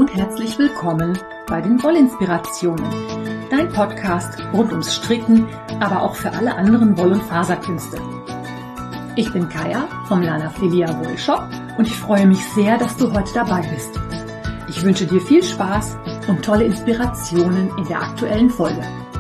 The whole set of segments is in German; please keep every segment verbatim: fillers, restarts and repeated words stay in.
und herzlich willkommen bei den Wollinspirationen, dein Podcast rund ums Stricken, aber auch für alle anderen Woll- und Faserkünste. Ich bin Kaya vom Lana Filia Wollshop und ich freue mich sehr, dass du heute dabei bist. Ich wünsche dir viel Spaß und tolle Inspirationen in der aktuellen Folge.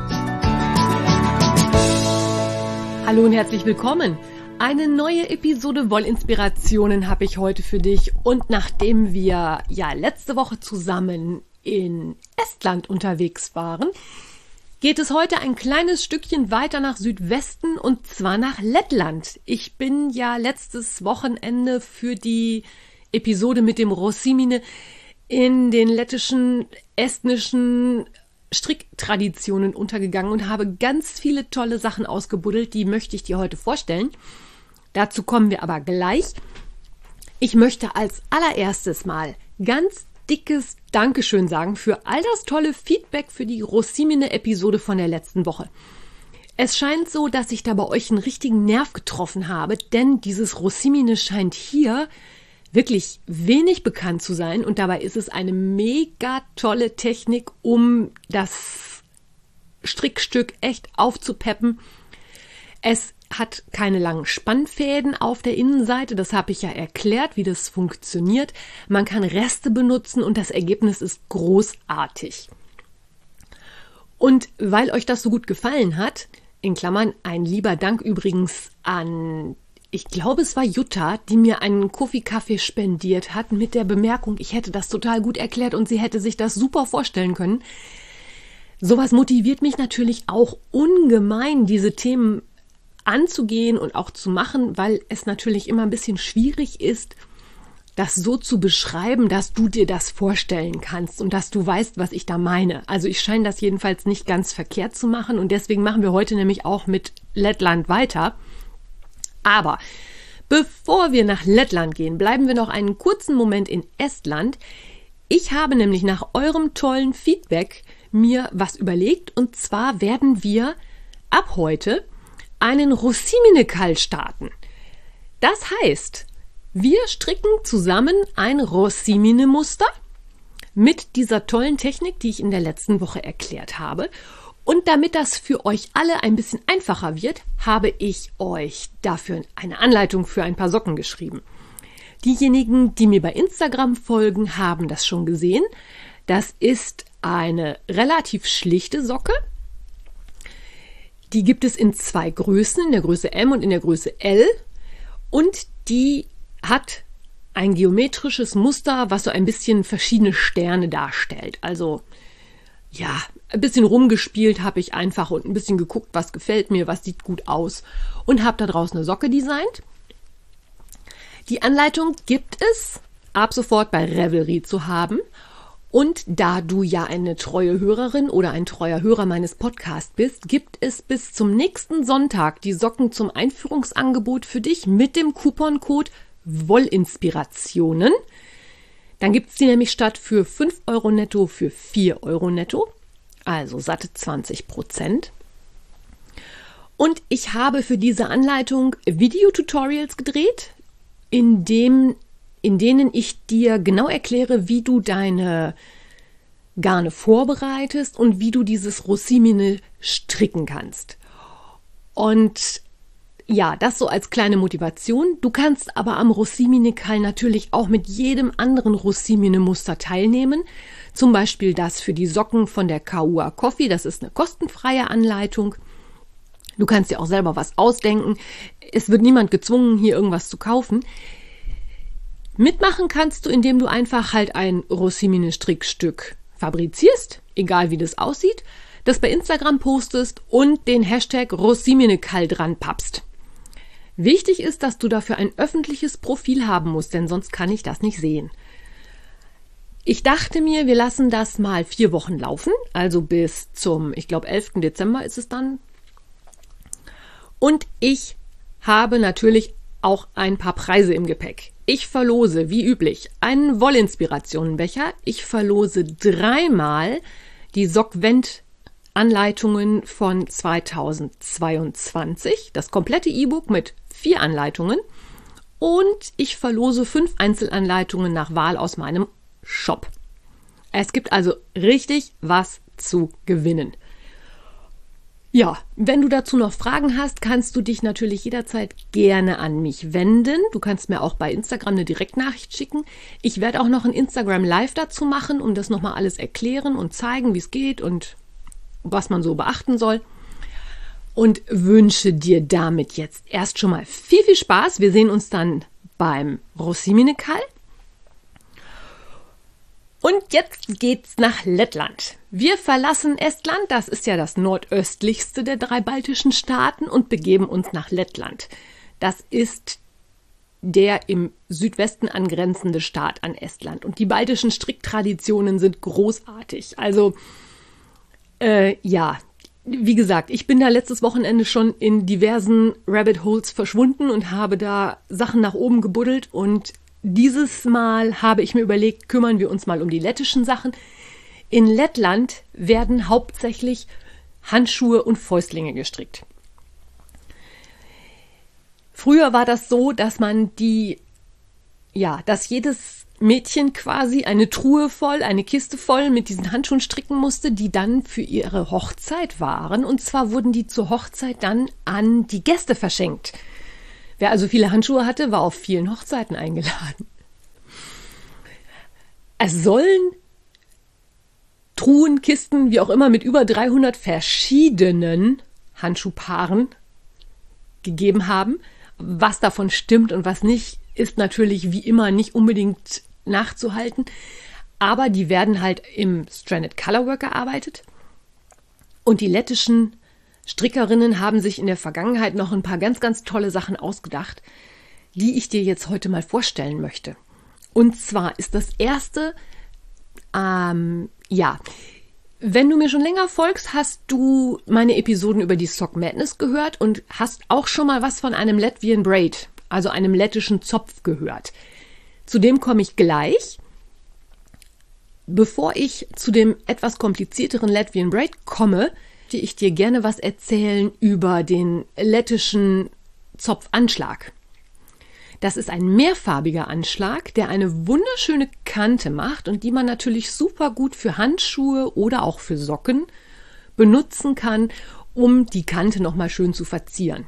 Hallo und herzlich willkommen. Eine neue Episode Wollinspirationen habe ich heute für dich. Und nachdem wir ja letzte Woche zusammen in Estland unterwegs waren, geht es heute ein kleines Stückchen weiter nach Südwesten und zwar nach Lettland. Ich bin ja letztes Wochenende für die Episode mit dem Rossimine in den lettischen, estnischen Stricktraditionen untergegangen und habe ganz viele tolle Sachen ausgebuddelt, die möchte ich dir heute vorstellen. Dazu kommen wir aber gleich. Ich möchte als allererstes mal ganz dickes Dankeschön sagen für all das tolle Feedback für die Rossimine-Episode von der letzten Woche. Es scheint so, dass ich da bei euch einen richtigen Nerv getroffen habe, denn dieses Rossimine scheint hier wirklich wenig bekannt zu sein und dabei ist es eine mega tolle Technik, um das Strickstück echt aufzupeppen. Es hat keine langen Spannfäden auf der Innenseite, das habe ich ja erklärt, wie das funktioniert. Man kann Reste benutzen und das Ergebnis ist großartig. Und weil euch das so gut gefallen hat, in Klammern ein lieber Dank übrigens an, ich glaube es war Jutta, die mir einen Kofi-Kaffee spendiert hat mit der Bemerkung, ich hätte das total gut erklärt und sie hätte sich das super vorstellen können. Sowas motiviert mich natürlich auch ungemein, diese Themen anzugehen und auch zu machen, weil es natürlich immer ein bisschen schwierig ist, das so zu beschreiben, dass du dir das vorstellen kannst und dass du weißt, was ich da meine. Also ich scheine das jedenfalls nicht ganz verkehrt zu machen und deswegen machen wir heute nämlich auch mit Lettland weiter. Aber bevor wir nach Lettland gehen, bleiben wir noch einen kurzen Moment in Estland. Ich habe nämlich nach eurem tollen Feedback mir was überlegt und zwar werden wir ab heute einen Rossimine-Kall starten. Das heißt, wir stricken zusammen ein Rossimine-Muster mit dieser tollen Technik, die ich in der letzten Woche erklärt habe. Und damit das für euch alle ein bisschen einfacher wird, habe ich euch dafür eine Anleitung für ein paar Socken geschrieben. Diejenigen, die mir bei Instagram folgen, haben das schon gesehen. Das ist eine relativ schlichte Socke. Die gibt es in zwei Größen, in der Größe M und in der Größe L. Und die hat ein geometrisches Muster, was so ein bisschen verschiedene Sterne darstellt. Also ja, ein bisschen rumgespielt habe ich einfach und ein bisschen geguckt, was gefällt mir, was sieht gut aus. Und habe da draußen eine Socke designt. Die Anleitung gibt es ab sofort bei Ravelry zu haben. Und da du ja eine treue Hörerin oder ein treuer Hörer meines Podcasts bist, gibt es bis zum nächsten Sonntag die Socken zum Einführungsangebot für dich mit dem Couponcode Wollinspirationen. Dann gibt es die nämlich statt für fünf Euro netto für vier Euro netto, also satte zwanzig Prozent. Und ich habe für diese Anleitung Videotutorials gedreht, in dem in denen ich dir genau erkläre, wie du deine Garne vorbereitest und wie du dieses Rossimine stricken kannst. Und ja, das so als kleine Motivation. Du kannst aber am Rossimine-Kall natürlich auch mit jedem anderen Rossimine-Muster teilnehmen. Zum Beispiel das für die Socken von der Kaua Coffee. Das ist eine kostenfreie Anleitung. Du kannst dir auch selber was ausdenken. Es wird niemand gezwungen, hier irgendwas zu kaufen. Mitmachen kannst du, indem du einfach halt ein Rossimine-Strickstück fabrizierst, egal wie das aussieht, das bei Instagram postest und den Hashtag Rossimine-Kall dran pappst. Wichtig ist, dass du dafür ein öffentliches Profil haben musst, denn sonst kann ich das nicht sehen. Ich dachte mir, wir lassen das mal vier Wochen laufen, also bis zum, ich glaube, elften Dezember ist es dann. Und ich habe natürlich auch ein paar Preise im Gepäck. Ich verlose, wie üblich, einen Wollinspirationenbecher. Ich verlose dreimal die Sockvent-Anleitungen von zweitausendzweiundzwanzig, das komplette E-Book mit vier Anleitungen. Und ich verlose fünf Einzelanleitungen nach Wahl aus meinem Shop. Es gibt also richtig was zu gewinnen. Ja, wenn du dazu noch Fragen hast, kannst du dich natürlich jederzeit gerne an mich wenden. Du kannst mir auch bei Instagram eine Direktnachricht schicken. Ich werde auch noch ein Instagram Live dazu machen, um das nochmal alles erklären und zeigen, wie es geht und was man so beachten soll. Und wünsche dir damit jetzt erst schon mal viel, viel Spaß. Wir sehen uns dann beim Rossiminekal. Und jetzt geht's nach Lettland. Wir verlassen Estland, das ist ja das nordöstlichste der drei baltischen Staaten, und begeben uns nach Lettland. Das ist der im Südwesten angrenzende Staat an Estland. Und die baltischen Stricktraditionen sind großartig. Also, äh, ja, wie gesagt, ich bin da letztes Wochenende schon in diversen Rabbit Holes verschwunden und habe da Sachen nach oben gebuddelt, und dieses Mal habe ich mir überlegt, kümmern wir uns mal um die lettischen Sachen. In Lettland werden hauptsächlich Handschuhe und Fäustlinge gestrickt. Früher war das so, dass man die, ja, dass jedes Mädchen quasi eine Truhe voll, eine Kiste voll mit diesen Handschuhen stricken musste, die dann für ihre Hochzeit waren. Und zwar wurden die zur Hochzeit dann an die Gäste verschenkt. Wer also viele Handschuhe hatte, war auf vielen Hochzeiten eingeladen. Es sollen Truhen, Kisten, wie auch immer, mit über dreihundert verschiedenen Handschuhpaaren gegeben haben. Was davon stimmt und was nicht, ist natürlich wie immer nicht unbedingt nachzuhalten. Aber die werden halt im Stranded Colorwork gearbeitet. Und die lettischen Strickerinnen haben sich in der Vergangenheit noch ein paar ganz, ganz tolle Sachen ausgedacht, die ich dir jetzt heute mal vorstellen möchte. Und zwar ist das erste, ähm, ja, wenn du mir schon länger folgst, hast du meine Episoden über die Sock Madness gehört und hast auch schon mal was von einem Latvian Braid, also einem lettischen Zopf, gehört. Zu dem komme ich gleich. Bevor ich zu dem etwas komplizierteren Latvian Braid komme, ich dir gerne was erzählen über den lettischen Zopfanschlag. Das ist ein mehrfarbiger Anschlag, der eine wunderschöne Kante macht und die man natürlich super gut für Handschuhe oder auch für Socken benutzen kann, um die Kante nochmal schön zu verzieren.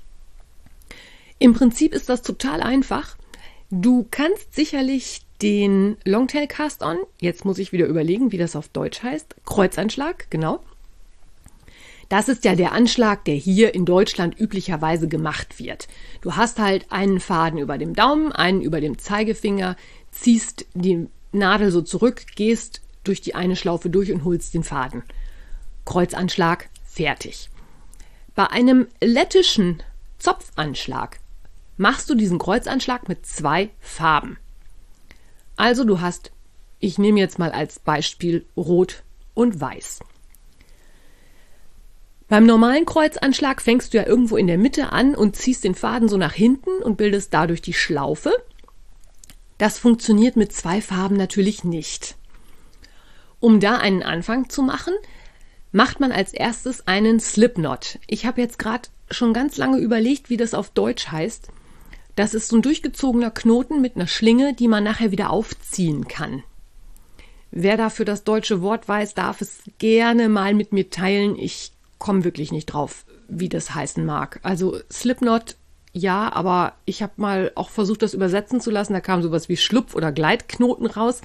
Im Prinzip ist das total einfach. Du kannst sicherlich den Longtail Cast-On, jetzt muss ich wieder überlegen, wie das auf Deutsch heißt, Kreuzanschlag, genau. Das ist ja der Anschlag, der hier in Deutschland üblicherweise gemacht wird. Du hast halt einen Faden über dem Daumen, einen über dem Zeigefinger, ziehst die Nadel so zurück, gehst durch die eine Schlaufe durch und holst den Faden. Kreuzanschlag, fertig. Bei einem lettischen Zopfanschlag machst du diesen Kreuzanschlag mit zwei Farben. Also du hast, ich nehme jetzt mal als Beispiel Rot und Weiß. Beim normalen Kreuzanschlag fängst du ja irgendwo in der Mitte an und ziehst den Faden so nach hinten und bildest dadurch die Schlaufe. Das funktioniert mit zwei Farben natürlich nicht. Um da einen Anfang zu machen, macht man als erstes einen Slipknot. Ich habe jetzt gerade schon ganz lange überlegt, wie das auf Deutsch heißt. Das ist so ein durchgezogener Knoten mit einer Schlinge, die man nachher wieder aufziehen kann. Wer dafür das deutsche Wort weiß, darf es gerne mal mit mir teilen. Ich komme wirklich nicht drauf, wie das heißen mag. Also Slipknot, ja, aber ich habe mal auch versucht, das übersetzen zu lassen. Da kam sowas wie Schlupf- oder Gleitknoten raus.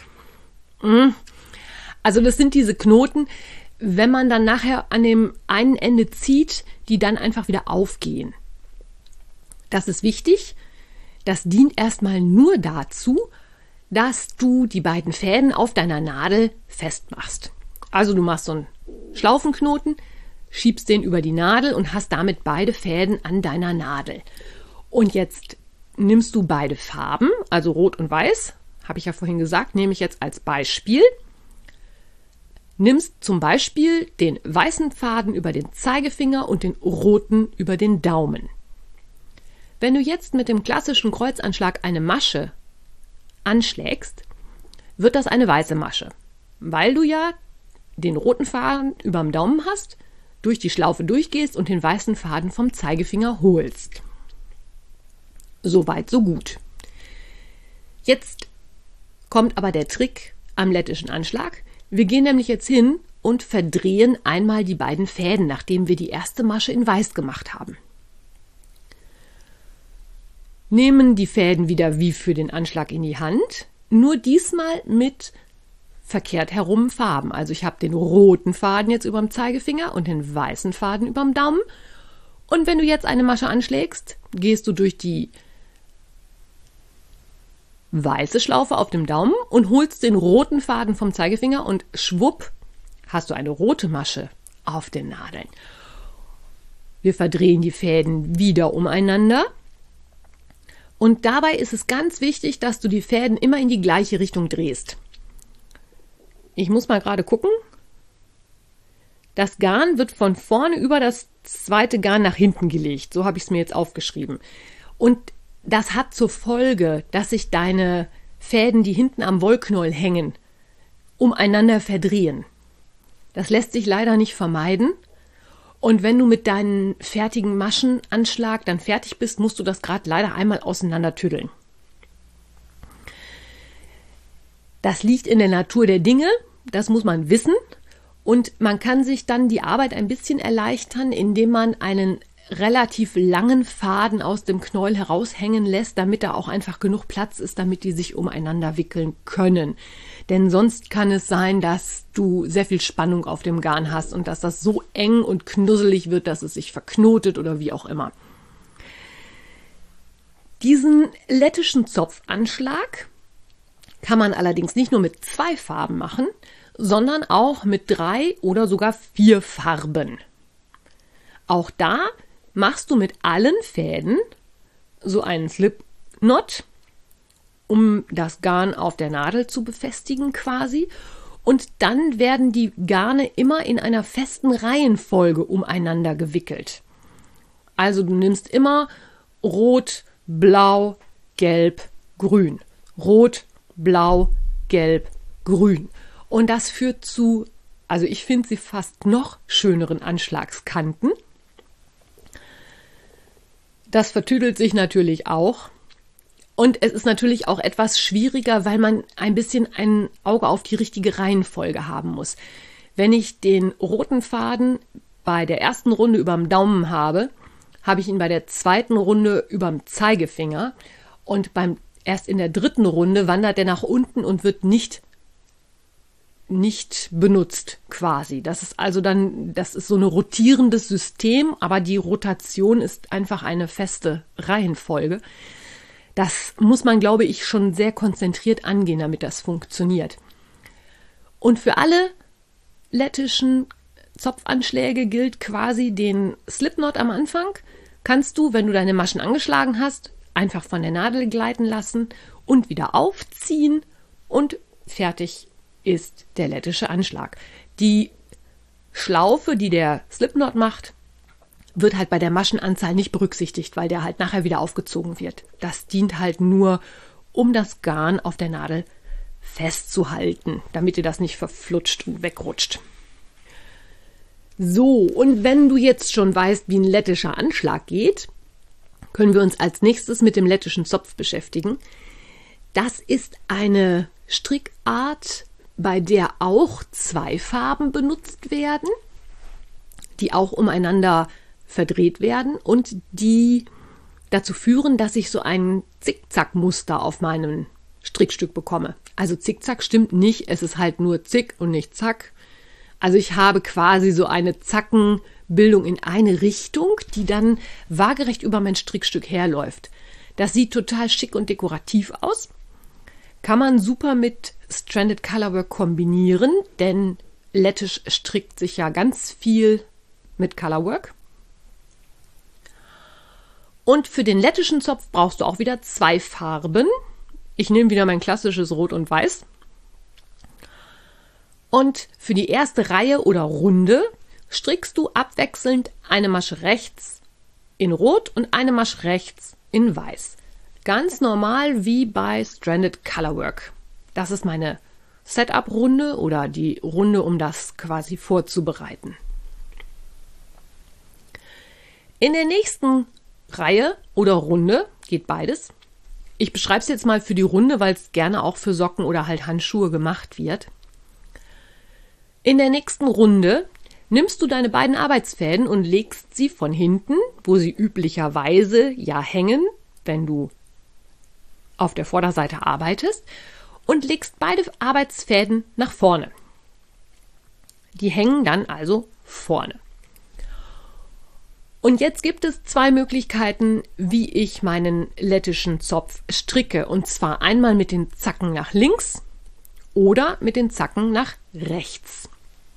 Also das sind diese Knoten, wenn man dann nachher an dem einen Ende zieht, die dann einfach wieder aufgehen. Das ist wichtig. Das dient erstmal nur dazu, dass du die beiden Fäden auf deiner Nadel festmachst. Also du machst so einen Schlaufenknoten, schiebst den über die Nadel und hast damit beide Fäden an deiner Nadel. Und jetzt nimmst du beide Farben, also Rot und Weiß, habe ich ja vorhin gesagt, nehme ich jetzt als Beispiel. Nimmst zum Beispiel den weißen Faden über den Zeigefinger und den roten über den Daumen. Wenn du jetzt mit dem klassischen Kreuzanschlag eine Masche anschlägst, wird das eine weiße Masche, weil du ja den roten Faden über dem Daumen hast, durch die Schlaufe durchgehst und den weißen Faden vom Zeigefinger holst. Soweit, so gut. Jetzt kommt aber der Trick am lettischen Anschlag. Wir gehen nämlich jetzt hin und verdrehen einmal die beiden Fäden, nachdem wir die erste Masche in Weiß gemacht haben. Nehmen die Fäden wieder wie für den Anschlag in die Hand, nur diesmal mit verkehrt herum Farben. Also ich habe den roten Faden jetzt über dem Zeigefinger und den weißen Faden über dem Daumen. Und wenn du jetzt eine Masche anschlägst, gehst du durch die weiße Schlaufe auf dem Daumen und holst den roten Faden vom Zeigefinger und schwupp, hast du eine rote Masche auf den Nadeln. Wir verdrehen die Fäden wieder umeinander. Und dabei ist es ganz wichtig, dass du die Fäden immer in die gleiche Richtung drehst. Ich muss mal gerade gucken. Das Garn wird von vorne über das zweite Garn nach hinten gelegt. So habe ich es mir jetzt aufgeschrieben. Und das hat zur Folge, dass sich deine Fäden, die hinten am Wollknäuel hängen, umeinander verdrehen. Das lässt sich leider nicht vermeiden. Und wenn du mit deinen fertigen Maschenanschlag dann fertig bist, musst du das gerade leider einmal auseinander tüddeln. Das liegt in der Natur der Dinge, das muss man wissen. Und man kann sich dann die Arbeit ein bisschen erleichtern, indem man einen relativ langen Faden aus dem Knäuel heraushängen lässt, damit da auch einfach genug Platz ist, damit die sich umeinander wickeln können. Denn sonst kann es sein, dass du sehr viel Spannung auf dem Garn hast und dass das so eng und knusselig wird, dass es sich verknotet oder wie auch immer. Diesen lettischen Zopfanschlag kann man allerdings nicht nur mit zwei Farben machen, sondern auch mit drei oder sogar vier Farben. Auch da machst du mit allen Fäden so einen Slipknot, um das Garn auf der Nadel zu befestigen quasi. Und dann werden die Garne immer in einer festen Reihenfolge umeinander gewickelt. Also du nimmst immer Rot, Blau, Gelb, Grün. Rot, Blau, Gelb, Grün. Und das führt zu, also ich finde sie fast noch schöneren Anschlagskanten. Das vertüdelt sich natürlich auch. Und es ist natürlich auch etwas schwieriger, weil man ein bisschen ein Auge auf die richtige Reihenfolge haben muss. Wenn ich den roten Faden bei der ersten Runde überm Daumen habe, habe ich ihn bei der zweiten Runde überm Zeigefinger. Und beim, erst in der dritten Runde wandert er nach unten und wird nicht nicht benutzt quasi. Das ist also dann, das ist so ein rotierendes System, aber die Rotation ist einfach eine feste Reihenfolge. Das muss man, glaube ich, schon sehr konzentriert angehen, damit das funktioniert. Und für alle lettischen Zopfanschläge gilt quasi den Slipknot am Anfang. Kannst du, wenn du deine Maschen angeschlagen hast, einfach von der Nadel gleiten lassen und wieder aufziehen und fertig ist der lettische Anschlag. Die Schlaufe, die der Slipknot macht, wird halt bei der Maschenanzahl nicht berücksichtigt, weil der halt nachher wieder aufgezogen wird. Das dient halt nur, um das Garn auf der Nadel festzuhalten, damit dir das nicht verflutscht und wegrutscht. So, und wenn du jetzt schon weißt, wie ein lettischer Anschlag geht, können wir uns als nächstes mit dem lettischen Zopf beschäftigen. Das ist eine Strickart, bei der auch zwei Farben benutzt werden, die auch umeinander verdreht werden und die dazu führen, dass ich so ein Zickzack-Muster auf meinem Strickstück bekomme. Also Zickzack stimmt nicht, es ist halt nur Zick und nicht Zack. Also ich habe quasi so eine Zackenbildung in eine Richtung, die dann waagerecht über mein Strickstück herläuft. Das sieht total schick und dekorativ aus. Kann man super mit Stranded Colorwork kombinieren, denn lettisch strickt sich ja ganz viel mit Colorwork. Und für den lettischen Zopf brauchst du auch wieder zwei Farben. Ich nehme wieder mein klassisches Rot und Weiß. Und für die erste Reihe oder Runde strickst du abwechselnd eine Masche rechts in Rot und eine Masche rechts in Weiß. Ganz normal wie bei Stranded Colorwork. Das ist meine Setup-Runde oder die Runde, um das quasi vorzubereiten. In der nächsten Reihe oder Runde geht beides. Ich beschreibe es jetzt mal für die Runde, weil es gerne auch für Socken oder halt Handschuhe gemacht wird. In der nächsten Runde nimmst du deine beiden Arbeitsfäden und legst sie von hinten, wo sie üblicherweise ja hängen, wenn du auf der Vorderseite arbeitest, und legst beide Arbeitsfäden nach vorne. Die hängen dann also vorne. Und jetzt gibt es zwei Möglichkeiten, wie ich meinen lettischen Zopf stricke. Und zwar einmal mit den Zacken nach links oder mit den Zacken nach rechts.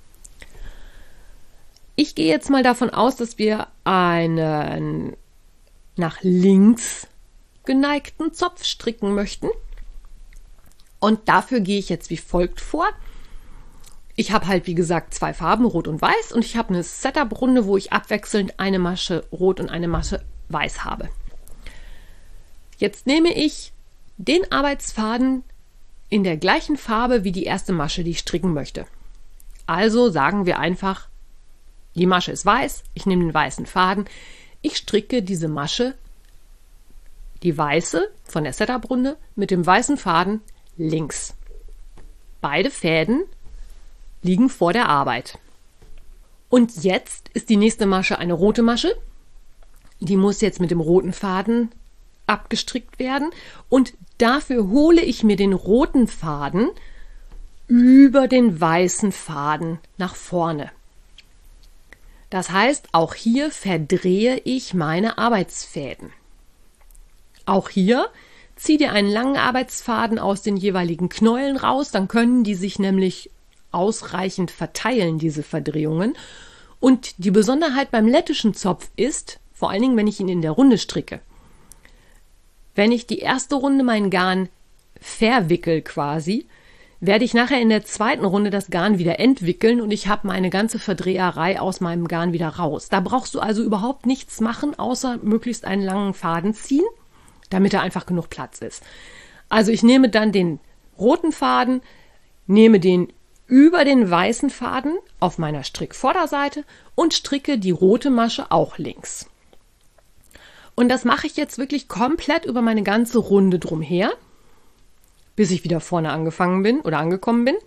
Ich gehe jetzt mal davon aus, dass wir einen nach links geneigten Zopf stricken möchten. Und dafür gehe ich jetzt wie folgt vor. Ich habe halt, wie gesagt, zwei Farben, Rot und Weiß, und ich habe eine Setup-Runde, wo ich abwechselnd eine Masche Rot und eine Masche Weiß habe. Jetzt nehme ich den Arbeitsfaden in der gleichen Farbe wie die erste Masche, die ich stricken möchte. Also sagen wir einfach, die Masche ist weiß, ich nehme den weißen Faden, ich stricke diese Masche, die weiße von der Setup-Runde, mit dem weißen Faden links. Beide Fäden liegen vor der Arbeit. Und jetzt ist die nächste Masche eine rote Masche. Die muss jetzt mit dem roten Faden abgestrickt werden. Und dafür hole ich mir den roten Faden über den weißen Faden nach vorne. Das heißt, auch hier verdrehe ich meine Arbeitsfäden. Auch hier zieh dir einen langen Arbeitsfaden aus den jeweiligen Knäueln raus, dann können die sich nämlich ausreichend verteilen, diese Verdrehungen. Und die Besonderheit beim lettischen Zopf ist, vor allen Dingen, wenn ich ihn in der Runde stricke, wenn ich die erste Runde mein Garn verwickel quasi, werde ich nachher in der zweiten Runde das Garn wieder entwickeln und ich habe meine ganze Verdreherei aus meinem Garn wieder raus. Da brauchst du also überhaupt nichts machen, außer möglichst einen langen Faden ziehen, damit er einfach genug Platz ist. Also ich nehme dann den roten Faden, nehme den über den weißen Faden auf meiner Strickvorderseite und stricke die rote Masche auch links. Und das mache ich jetzt wirklich komplett über meine ganze Runde drumher, bis ich wieder vorne angefangen bin oder angekommen bin.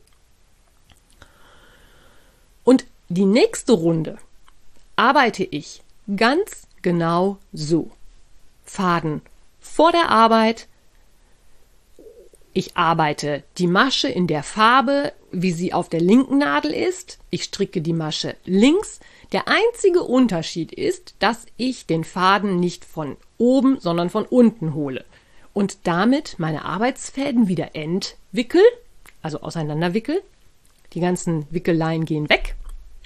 Und die nächste Runde arbeite ich ganz genau so. Faden vor der Arbeit. Ich arbeite die Masche in der Farbe, wie sie auf der linken Nadel ist. Ich stricke die Masche links. Der einzige Unterschied ist, dass ich den Faden nicht von oben, sondern von unten hole und damit meine Arbeitsfäden wieder entwickel, also auseinanderwickel. Die ganzen Wickeleien gehen weg.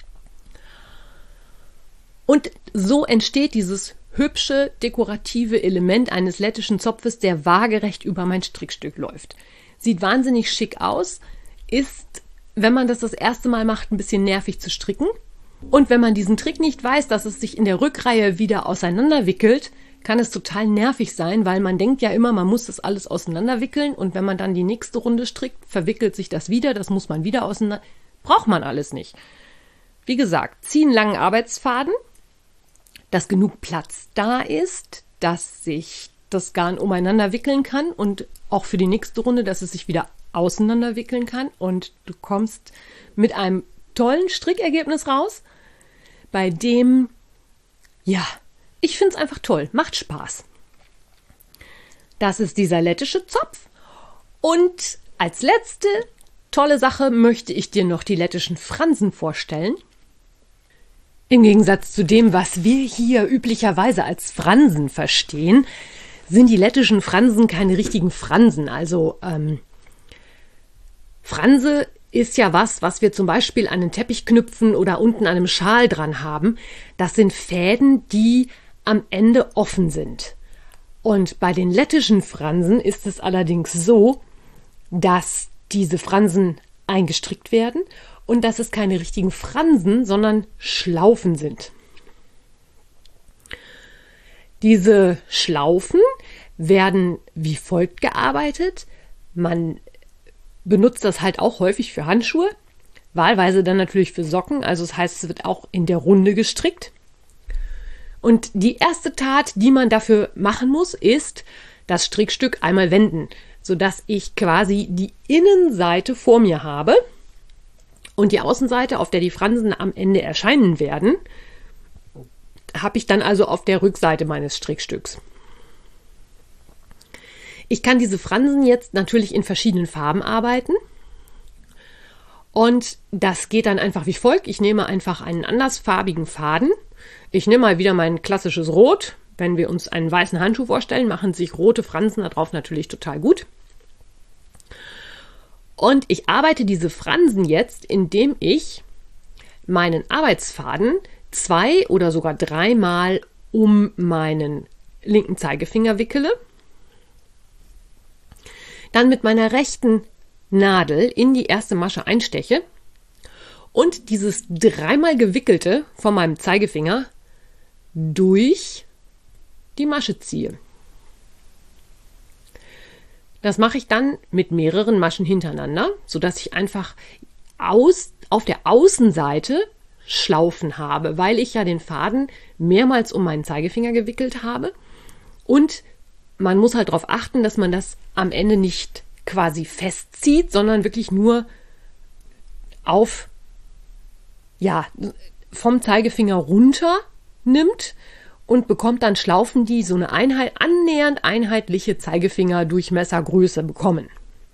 Und so entsteht dieses hübsche, dekorative Element eines lettischen Zopfes, der waagerecht über mein Strickstück läuft. Sieht wahnsinnig schick aus, ist, wenn man das das erste Mal macht, ein bisschen nervig zu stricken. Und wenn man diesen Trick nicht weiß, dass es sich in der Rückreihe wieder auseinanderwickelt, kann es total nervig sein, weil man denkt ja immer, man muss das alles auseinanderwickeln und wenn man dann die nächste Runde strickt, verwickelt sich das wieder, das muss man wieder auseinander... Braucht man alles nicht. Wie gesagt, zieh einen langen Arbeitsfaden, dass genug Platz da ist, dass sich das Garn umeinander wickeln kann und auch für die nächste Runde, dass es sich wieder auseinander wickeln kann und du kommst mit einem tollen Strickergebnis raus, bei dem, ja, ich finde es einfach toll, macht Spaß. Das ist dieser lettische Zopf und als letzte tolle Sache möchte ich dir noch die lettischen Fransen vorstellen. Im Gegensatz zu dem, was wir hier üblicherweise als Fransen verstehen, sind die lettischen Fransen keine richtigen Fransen. Also ähm, Franse ist ja was, was wir zum Beispiel an den Teppich knüpfen oder unten an einem Schal dran haben. Das sind Fäden, die am Ende offen sind. Und bei den lettischen Fransen ist es allerdings so, dass diese Fransen eingestrickt werden und dass es keine richtigen Fransen, sondern Schlaufen sind. Diese Schlaufen werden wie folgt gearbeitet. Man benutzt das halt auch häufig für Handschuhe, wahlweise dann natürlich für Socken, also das heißt, es wird auch in der Runde gestrickt. Und die erste Tat, die man dafür machen muss, ist das Strickstück einmal wenden, sodass ich quasi die Innenseite vor mir habe. Und die Außenseite, auf der die Fransen am Ende erscheinen werden, habe ich dann also auf der Rückseite meines Strickstücks. Ich kann diese Fransen jetzt natürlich in verschiedenen Farben arbeiten. Und das geht dann einfach wie folgt. Ich nehme einfach einen andersfarbigen Faden. Ich nehme mal wieder mein klassisches Rot. Wenn wir uns einen weißen Handschuh vorstellen, machen sich rote Fransen darauf natürlich total gut. Und ich arbeite diese Fransen jetzt, indem ich meinen Arbeitsfaden zwei oder sogar dreimal um meinen linken Zeigefinger wickele. Dann mit meiner rechten Nadel in die erste Masche einsteche und dieses dreimal gewickelte von meinem Zeigefinger durch die Masche ziehe. Das mache ich dann mit mehreren Maschen hintereinander, sodass ich einfach aus, auf der Außenseite Schlaufen habe, weil ich ja den Faden mehrmals um meinen Zeigefinger gewickelt habe. Und man muss halt darauf achten, dass man das am Ende nicht quasi festzieht, sondern wirklich nur auf, ja, vom Zeigefinger runter nimmt und bekommt dann Schlaufen, die so eine Einheit, annähernd einheitliche Zeigefingerdurchmessergröße bekommen.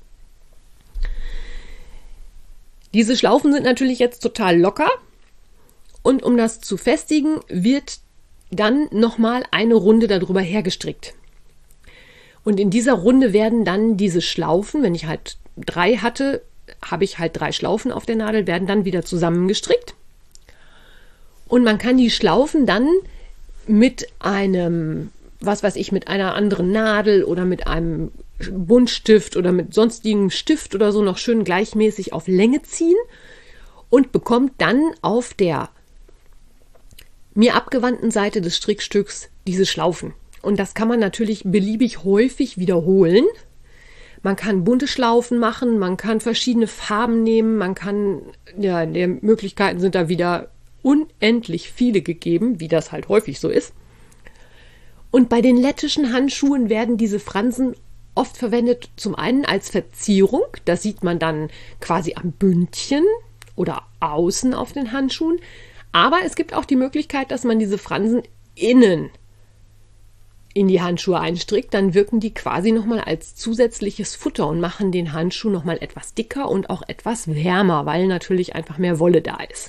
Diese Schlaufen sind natürlich jetzt total locker und um das zu festigen, wird dann nochmal eine Runde darüber hergestrickt. Und in dieser Runde werden dann diese Schlaufen, wenn ich halt drei hatte, habe ich halt drei Schlaufen auf der Nadel, werden dann wieder zusammengestrickt. Und man kann die Schlaufen dann mit einem, was weiß ich, mit einer anderen Nadel oder mit einem Buntstift oder mit sonstigem Stift oder so noch schön gleichmäßig auf Länge ziehen und bekommt dann auf der mir abgewandten Seite des Strickstücks diese Schlaufen. Und das kann man natürlich beliebig häufig wiederholen. Man kann bunte Schlaufen machen, man kann verschiedene Farben nehmen, man kann, ja, die Möglichkeiten sind da wieder unendlich viele gegeben, wie das halt häufig so ist. Und bei den lettischen Handschuhen werden diese Fransen oft verwendet, zum einen als Verzierung, das sieht man dann quasi am Bündchen oder außen auf den Handschuhen, aber es gibt auch die Möglichkeit, dass man diese Fransen innen in die Handschuhe einstrickt, dann wirken die quasi nochmal als zusätzliches Futter und machen den Handschuh nochmal etwas dicker und auch etwas wärmer, weil natürlich einfach mehr Wolle da ist.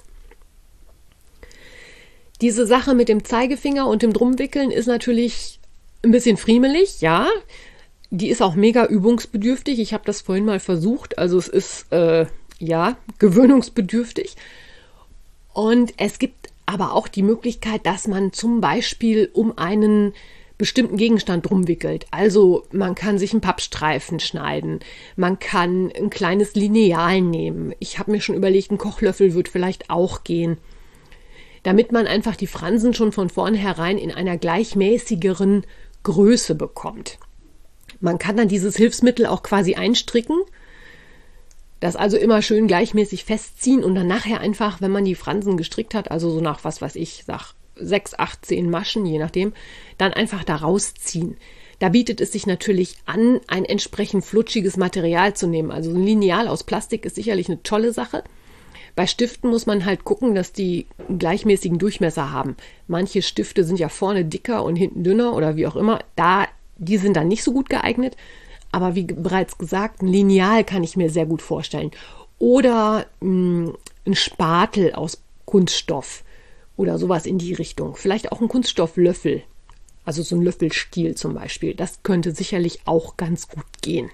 Diese Sache mit dem Zeigefinger und dem Drumwickeln ist natürlich ein bisschen friemelig, ja. Die ist auch mega übungsbedürftig. Ich habe das vorhin mal versucht, also es ist, äh, ja, gewöhnungsbedürftig. Und es gibt aber auch die Möglichkeit, dass man zum Beispiel um einen bestimmten Gegenstand rumwickelt. Also man kann sich einen Pappstreifen schneiden, man kann ein kleines Lineal nehmen. Ich habe mir schon überlegt, ein Kochlöffel wird vielleicht auch gehen, damit man einfach die Fransen schon von vornherein in einer gleichmäßigeren Größe bekommt. Man kann dann dieses Hilfsmittel auch quasi einstricken, das also immer schön gleichmäßig festziehen und dann nachher einfach, wenn man die Fransen gestrickt hat, also so nach, was weiß ich, sag sechs, acht, zehn Maschen, je nachdem, dann einfach da rausziehen. Da bietet es sich natürlich an, ein entsprechend flutschiges Material zu nehmen. Also ein Lineal aus Plastik ist sicherlich eine tolle Sache. Bei Stiften muss man halt gucken, dass die einen gleichmäßigen Durchmesser haben. Manche Stifte sind ja vorne dicker und hinten dünner oder wie auch immer. Da, die sind dann nicht so gut geeignet. Aber wie bereits gesagt, ein Lineal kann ich mir sehr gut vorstellen. Oder mh, ein Spatel aus Kunststoff oder sowas in die Richtung. Vielleicht auch ein Kunststofflöffel, also so ein Löffelstiel zum Beispiel. Das könnte sicherlich auch ganz gut gehen.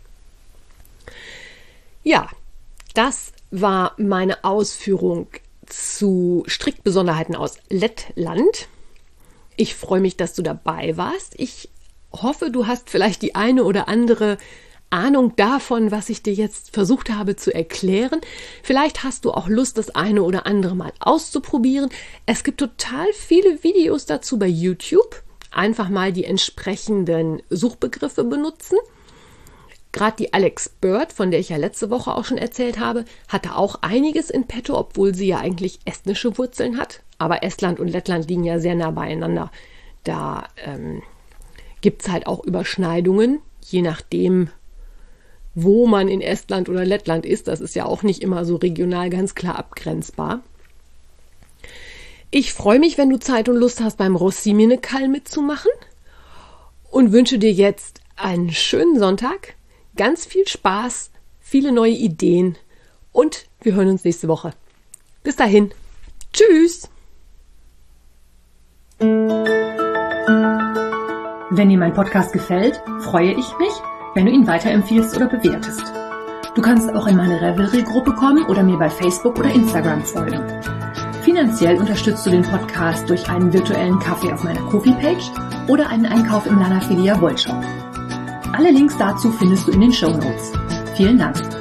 Ja, das war meine Ausführung zu Strickbesonderheiten aus Lettland. Ich freue mich, dass du dabei warst. Ich hoffe, du hast vielleicht die eine oder andere Ahnung davon, was ich dir jetzt versucht habe zu erklären. Vielleicht hast du auch Lust, das eine oder andere mal auszuprobieren. Es gibt total viele Videos dazu bei YouTube. Einfach mal die entsprechenden Suchbegriffe benutzen. Gerade die Alex Bird, von der ich ja letzte Woche auch schon erzählt habe, hatte auch einiges in petto, obwohl sie ja eigentlich estnische Wurzeln hat. Aber Estland und Lettland liegen ja sehr nah beieinander. Da ähm, gibt es halt auch Überschneidungen, je nachdem, wo man in Estland oder Lettland ist. Das ist ja auch nicht immer so regional ganz klar abgrenzbar. Ich freue mich, wenn du Zeit und Lust hast, beim Rossiminekall mitzumachen und wünsche dir jetzt einen schönen Sonntag, ganz viel Spaß, viele neue Ideen und wir hören uns nächste Woche. Bis dahin. Tschüss! Wenn dir mein Podcast gefällt, freue ich mich, wenn du ihn weiterempfiehlst oder bewertest. Du kannst auch in meine Revelry-Gruppe kommen oder mir bei Facebook oder Instagram folgen. Finanziell unterstützt du den Podcast durch einen virtuellen Kaffee auf meiner Ko-fi-Page oder einen Einkauf im Lana Filia Wollshop. Alle Links dazu findest du in den Shownotes. Vielen Dank.